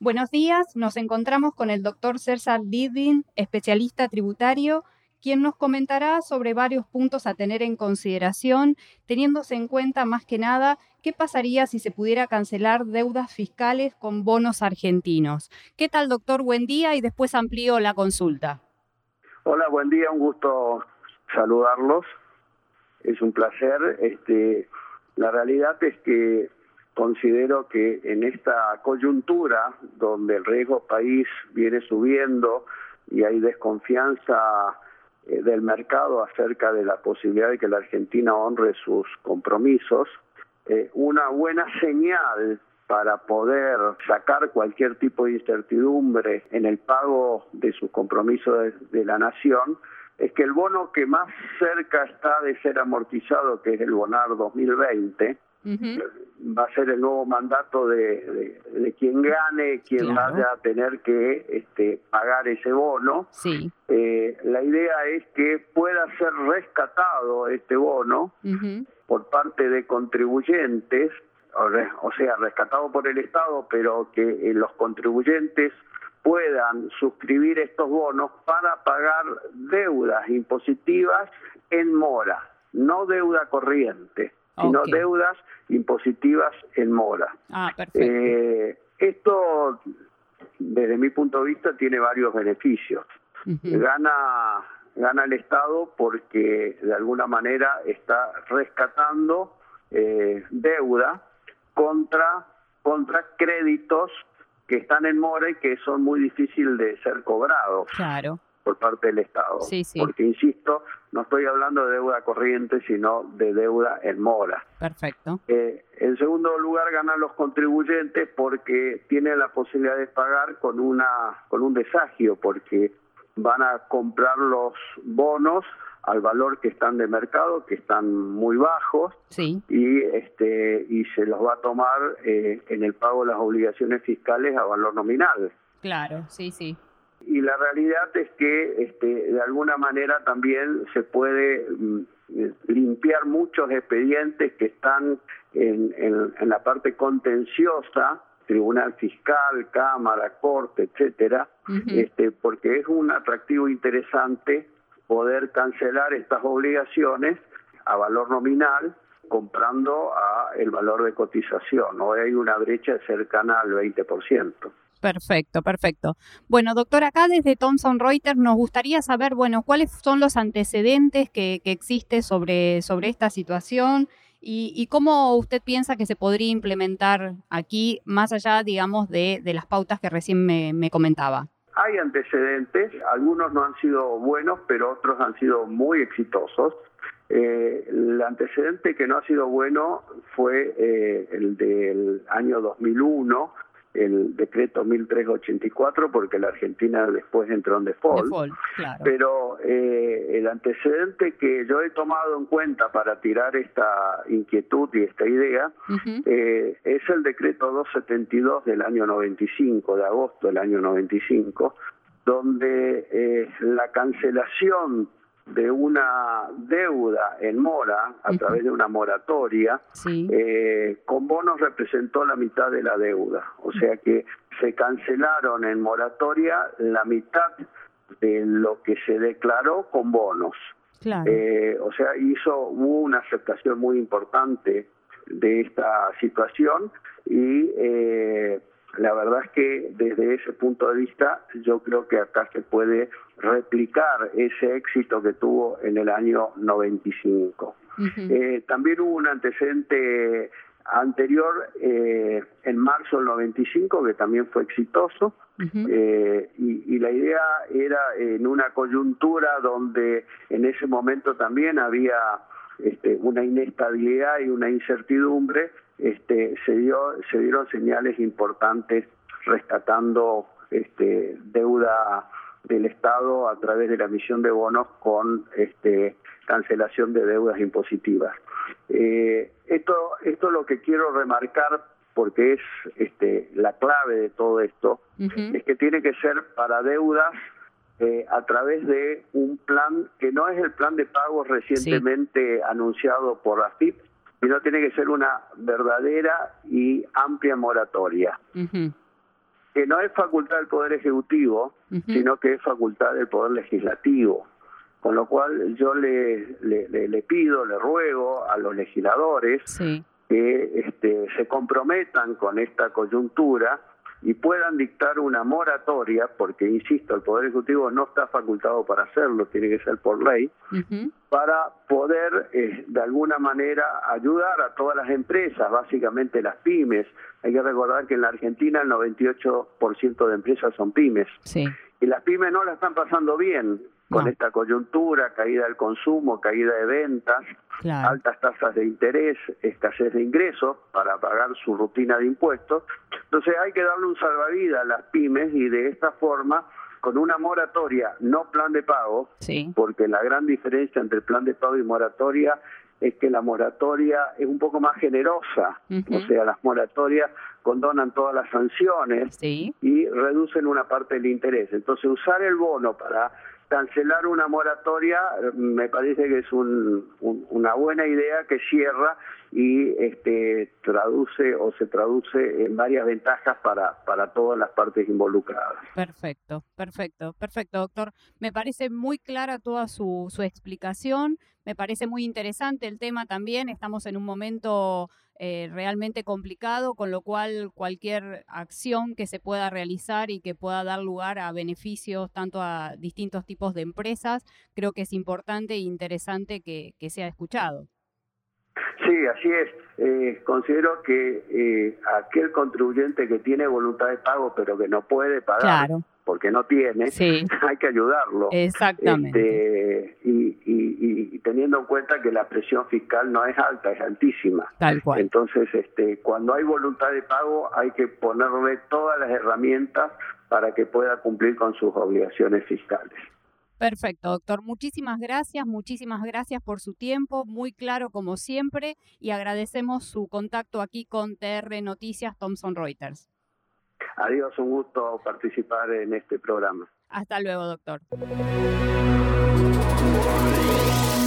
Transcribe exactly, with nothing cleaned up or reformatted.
Buenos días, nos encontramos con el doctor César Lidwin, especialista tributario, quien nos comentará sobre varios puntos a tener en consideración, teniéndose en cuenta más que nada qué pasaría si se pudiera cancelar deudas fiscales con bonos argentinos. ¿Qué tal, doctor? Buen día y después amplío la consulta. Hola, buen día, un gusto saludarlos. Es un placer. Este, la realidad es que considero que en esta coyuntura donde el riesgo país viene subiendo y hay desconfianza eh, del mercado acerca de la posibilidad de que la Argentina honre sus compromisos, eh, una buena señal para poder sacar cualquier tipo de incertidumbre en el pago de sus compromisos de, de la nación, es que el bono que más cerca está de ser amortizado, que es el Bonar dos mil veinte, uh-huh. va a ser el nuevo mandato de, de, de quien gane, quien claro. vaya a tener que este, pagar ese bono. Sí. Eh, la idea es que pueda ser rescatado este bono uh-huh. por parte de contribuyentes, o sea, rescatado por el Estado, pero que eh, los contribuyentes puedan suscribir estos bonos para pagar deudas impositivas en mora, no deuda corriente, sino okay. deudas impositivas en mora. Ah, perfecto. Eh, esto, desde mi punto de vista, tiene varios beneficios. Uh-huh. Gana, gana el Estado porque de alguna manera está rescatando eh, deuda contra, contra créditos que están en mora y que son muy difíciles de ser cobrados claro. por parte del Estado. Sí, sí. Porque, insisto, no estoy hablando de deuda corriente, sino de deuda en mora. Perfecto. Eh, en segundo lugar, ganan los contribuyentes porque tienen la posibilidad de pagar con, una, con un desagio, porque van a comprar los bonos al valor que están de mercado, que están muy bajos, sí. y este y se los va a tomar eh, en el pago de las obligaciones fiscales a valor nominal. Claro, sí, sí. Y la realidad es que este, de alguna manera también se puede mm, limpiar muchos expedientes que están en, en, en la parte contenciosa, Tribunal Fiscal, Cámara, Corte, etcétera, uh-huh. este, porque es un atractivo interesante poder cancelar estas obligaciones a valor nominal comprando a el valor de cotización. Hoy hay una brecha cercana al veinte por ciento. Perfecto, perfecto. Bueno, doctor, acá desde Thomson Reuters nos gustaría saber, bueno, cuáles son los antecedentes que, que existe sobre, sobre esta situación y, y cómo usted piensa que se podría implementar aquí, más allá, digamos, de, de las pautas que recién me, me comentaba. Hay antecedentes, algunos no han sido buenos, pero otros han sido muy exitosos. Eh, el antecedente que no ha sido bueno fue eh, el del año dos mil uno, el decreto mil trescientos ochenta y cuatro, porque la Argentina después entró en default. Default, claro. Pero eh, el antecedente que yo he tomado en cuenta para tirar esta inquietud y esta idea uh-huh. eh, es el decreto doscientos setenta y dos del año noventa y cinco, de agosto del año noventa y cinco, donde eh, la cancelación de una deuda en mora a uh-huh. través de una moratoria sí. eh, con bonos representó la mitad de la deuda, o sea que se cancelaron en moratoria la mitad de lo que se declaró con bonos. Claro. Eh, o sea, hizo hubo una aceptación muy importante de esta situación y eh, la verdad es que desde ese punto de vista yo creo que acá se puede replicar ese éxito que tuvo en el año noventa y cinco. Uh-huh. Eh, también hubo un antecedente anterior eh, en marzo del noventa y cinco que también fue exitoso. Uh-huh. eh, y, y la idea era en una coyuntura donde en ese momento también había este, una inestabilidad y una incertidumbre. Este, se dio se dieron señales importantes rescatando este, deuda del Estado a través de la emisión de bonos con este, cancelación de deudas impositivas. Eh, esto esto es lo que quiero remarcar porque es este, la clave de todo esto, uh-huh. es que tiene que ser para deudas eh, a través de un plan que no es el plan de pagos recientemente sí. anunciado por la A F I P, sino tiene que ser una verdadera y amplia moratoria. Uh-huh. que no es facultad del Poder Ejecutivo, uh-huh. sino que es facultad del Poder Legislativo. Con lo cual yo le, le, le, le pido, le ruego a los legisladores sí. que este, se comprometan con esta coyuntura y puedan dictar una moratoria, porque, insisto, el Poder Ejecutivo no está facultado para hacerlo, tiene que ser por ley, uh-huh. para poder, eh, de alguna manera, ayudar a todas las empresas, básicamente las pymes. Hay que recordar que en la Argentina el noventa y ocho por ciento de empresas son pymes. Sí. Y las pymes no la están pasando bien con no. esta coyuntura, caída del consumo, caída de ventas, claro. altas tasas de interés, escasez de ingresos para pagar su rutina de impuestos. Entonces hay que darle un salvavidas a las pymes y de esta forma, con una moratoria, no plan de pago, sí. porque la gran diferencia entre plan de pago y moratoria es que la moratoria es un poco más generosa, uh-huh. o sea, las moratorias condonan todas las sanciones sí. y reducen una parte del interés. Entonces usar el bono para cancelar una moratoria me parece que es un, un, una buena idea que cierra y este traduce o se traduce en varias ventajas para, para todas las partes involucradas. Perfecto, perfecto, perfecto, doctor. Me parece muy clara toda su, su explicación, me parece muy interesante el tema también. Estamos en un momento eh, realmente complicado, con lo cual cualquier acción que se pueda realizar y que pueda dar lugar a beneficios tanto a distintos tipos de empresas, creo que es importante e interesante que, que sea escuchado. Sí, así es. Eh, considero que eh, aquel contribuyente que tiene voluntad de pago pero que no puede pagar, claro. porque no tiene, sí. hay que ayudarlo. Exactamente. Este, y, y, y teniendo en cuenta que la presión fiscal no es alta, es altísima. Tal cual. Entonces, este, cuando hay voluntad de pago hay que ponerle todas las herramientas para que pueda cumplir con sus obligaciones fiscales. Perfecto, doctor. Muchísimas gracias, muchísimas gracias por su tiempo, muy claro como siempre, y agradecemos su contacto aquí con T R Noticias Thomson Reuters. Adiós, un gusto participar en este programa. Hasta luego, doctor.